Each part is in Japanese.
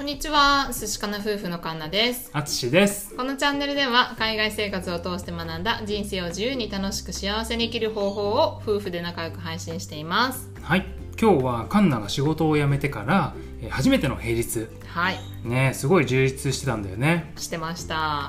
にちは、寿司かな夫婦のカンナです。 あつしです。 このチャンネルでは海外生活を通して学んだ人生を自由に楽しく幸せに生きる方法を夫婦で仲良く配信しています。 はい、今日はカンナが仕事を辞めてから初めての平日、 はいね、すごい充実してたんだよね。 してました。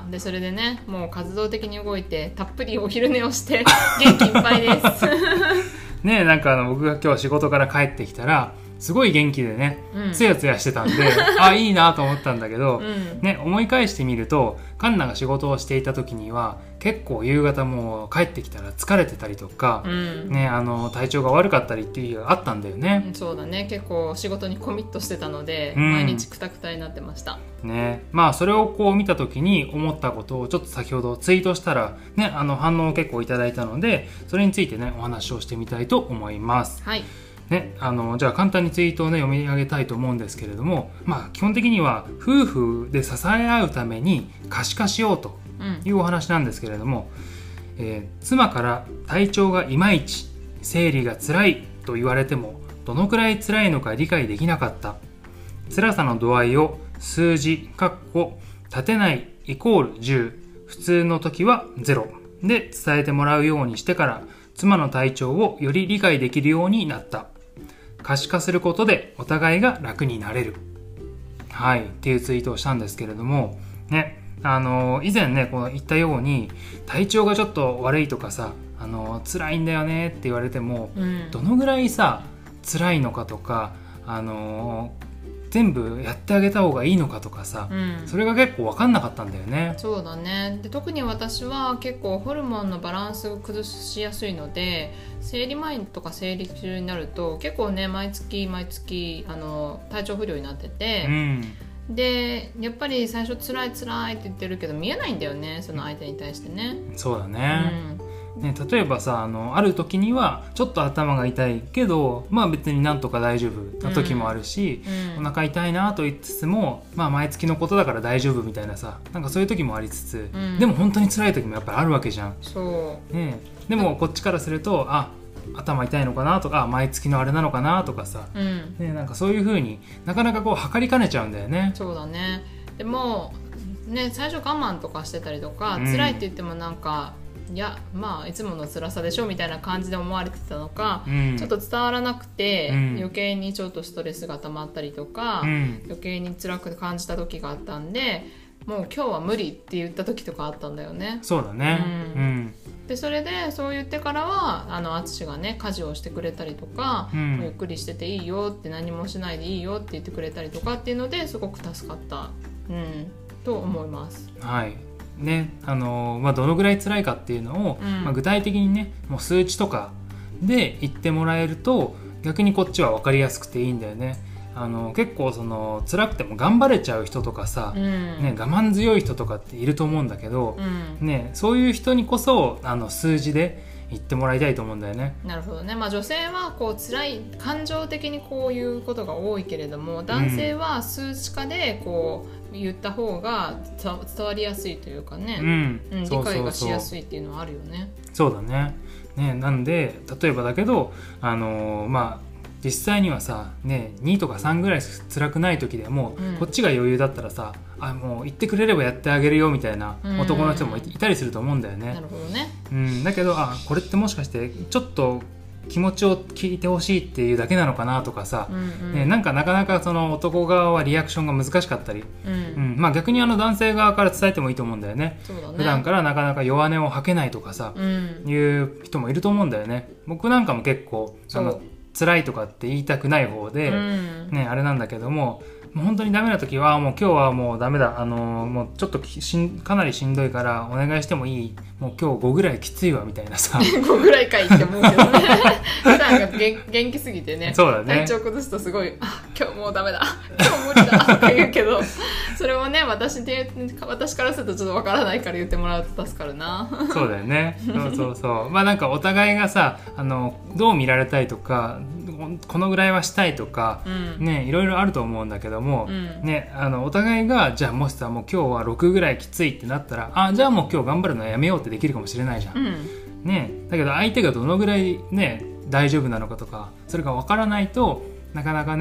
でそれでね、もう活動的に動いてたっぷりお昼寝をして元気いっぱいですね、なんか僕が今日仕事から帰ってきたらすごい元気でね、つやつやしてたんであ、いいなと思ったんだけど、ね、思い返してみるとカンナが仕事をしていた時には結構夕方も帰ってきたら疲れてたりとか、ね、体調が悪かったりっていう日があったんだよね。 そうだね、結構仕事にコミットしてたので、毎日クタクタになってました、 ね。まあそれをこう見た時に思ったことをちょっと先ほどツイートしたら、ね、反応を結構いただいたので、それについてねお話をしてみたいと思います。 はいね、じゃあ簡単にツイートをね読み上げたいと思うんですけれども、まあ基本的には夫婦で支え合うために可視化しようというお話なんですけれども、妻から体調がいまいち、生理が辛いと言われてもどのくらい辛いのか理解できなかった。辛さの度合いを数字立てないイコール10、普通の時は0で伝えてもらうようにしてから妻の体調をより理解できるようになった。可視化することでお互いが楽になれる。はい、っていうツイートをしたんですけれども、ね、以前ね、こう言ったように体調がちょっと悪いとかさ、辛いんだよねって言われても、どのぐらいさ辛いのかとか、全部やってあげた方がいいのかとかさ、それが結構分かんなかったんだよね。 そうだね。で特に私は結構ホルモンのバランスを崩しやすいので、生理前とか生理中になると結構ね、毎月体調不良になってて、でやっぱり最初辛いって言ってるけど見えないんだよね、その相手に対してね。 そうだね、ね、例えばさ、ある時にはちょっと頭が痛いけど、まあ別になんとか大丈夫な時もあるし、お腹痛いなと言いつつも、まあ毎月のことだから大丈夫みたいなさ、なんかそういう時もありつつ、でも本当に辛い時もやっぱりあるわけじゃん。 そう、 ね、でもこっちからすると、頭痛いのかなとか、毎月のあれなのかなとかさ、ね、なんかそういう風になかなかこう測りかねちゃうんだよね。 そうだね。でもね、最初我慢とかしてたりとか、辛いって言ってもなんか、いやまあいつもの辛さでしょみたいな感じで思われてたのか、ちょっと伝わらなくて、余計にちょっとストレスが溜まったりとか、余計に辛く感じた時があったんで、もう今日は無理って言った時とかあったんだよね。 そうだね、 でそれでそう言ってからは淳がね家事をしてくれたりとか、ゆっくりしてていいよって、何もしないでいいよって言ってくれたりとかっていうのですごく助かった、と思います。 はいね、どのぐらい辛いかっていうのを、具体的にね、もう数値とかで言ってもらえると逆にこっちは分かりやすくていいんだよね。結構辛くても頑張れちゃう人とかさ、ね、我慢強い人とかっていると思うんだけど、ね、そういう人にこそ数字で言ってもらいたいと思うんだよね。 なるほどね。女性はこう辛い、感情的にこういうことが多いけれども、男性は数値化でこう言った方が伝わりやすいというかね、理解がしやすいっていうのはあるよね。 そうだね。なんで例えばだけど実際にはさ、ね、2とか3ぐらい辛くない時でも、こっちが余裕だったらさ、もう言ってくれればやってあげるよみたいな男の人もいたりすると思うんだよね。 なるほどね。 だけどこれってもしかしてちょっと気持ちを聞いてほしいっていうだけなのかなとかさ、なんかなかなかその男側はリアクションが難しかったり、逆に男性側から伝えてもいいと思うんだよね。 そうだね。 普段からなかなか弱音を吐けないとかさ、いう人もいると思うんだよね。僕なんかも結構辛いとかって言いたくない方で、あれなんだけども、もう本当にダメな時はもう今日はもうダメだ、もうちょっとかなりしんどいからお願いしてもいい、もう今日5ぐらいきついわみたいなさ 5ぐらいかいって思うけどね普段が元気すぎてね、 そうだね、 体調崩すとすごい今日もうダメだ、今日無理だとか言うけどそれをね私からするとちょっとわからないから言ってもらうと助かるなそうだよね。そうなんかお互いがさどう見られたいとか、このぐらいはしたいとか、ね、いろいろあると思うんだけども、ね、お互いがじゃあもしさもう今日は6ぐらいきついってなったら、じゃあもう今日頑張るのやめようってできるかもしれないじゃん、ね、だけど相手がどのぐらいね大丈夫なのかとか、それが分からないとなかなかね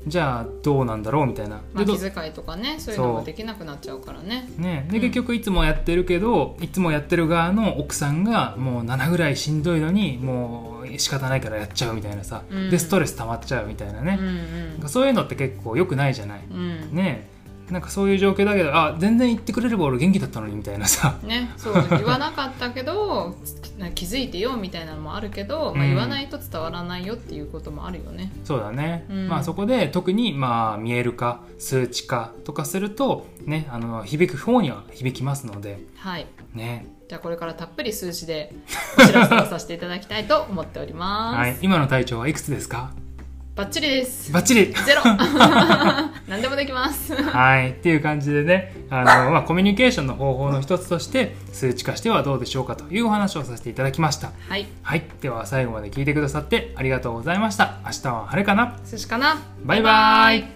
じゃあどうなんだろうみたいな、 まあ、気遣いとかね、そういうのもできなくなっちゃうからね。 で結局いつもやってるけど、いつもやってる側の奥さんがもう7ぐらいしんどいのにもう仕方ないからやっちゃうみたいなさ、でストレス溜まっちゃうみたいなね、そういうのって結構良くないじゃない、ね。なんかそういう状況だけど、全然言ってくれれば俺元気だったのにみたいなさ、 ね、そう言わなかったけど気づいてよみたいなのもあるけど、言わないと伝わらないよっていうこともあるよね。 そうだね、そこで特に見える化、数値化とかするとね、響く方には響きますので、 はいね。 じゃあこれからたっぷり数値でお知らせをさせていただきたいと思っております。 はい、今の体調はいくつですか？ バッチリです。 バッチリゼロ何でもできますはいっていう感じでね、コミュニケーションの方法の一つとして数値化してはどうでしょうかというお話をさせていただきました。 はい、 はい、では最後まで聞いてくださってありがとうございました。明日は晴れかな？ 寿司かな？ バイバイ。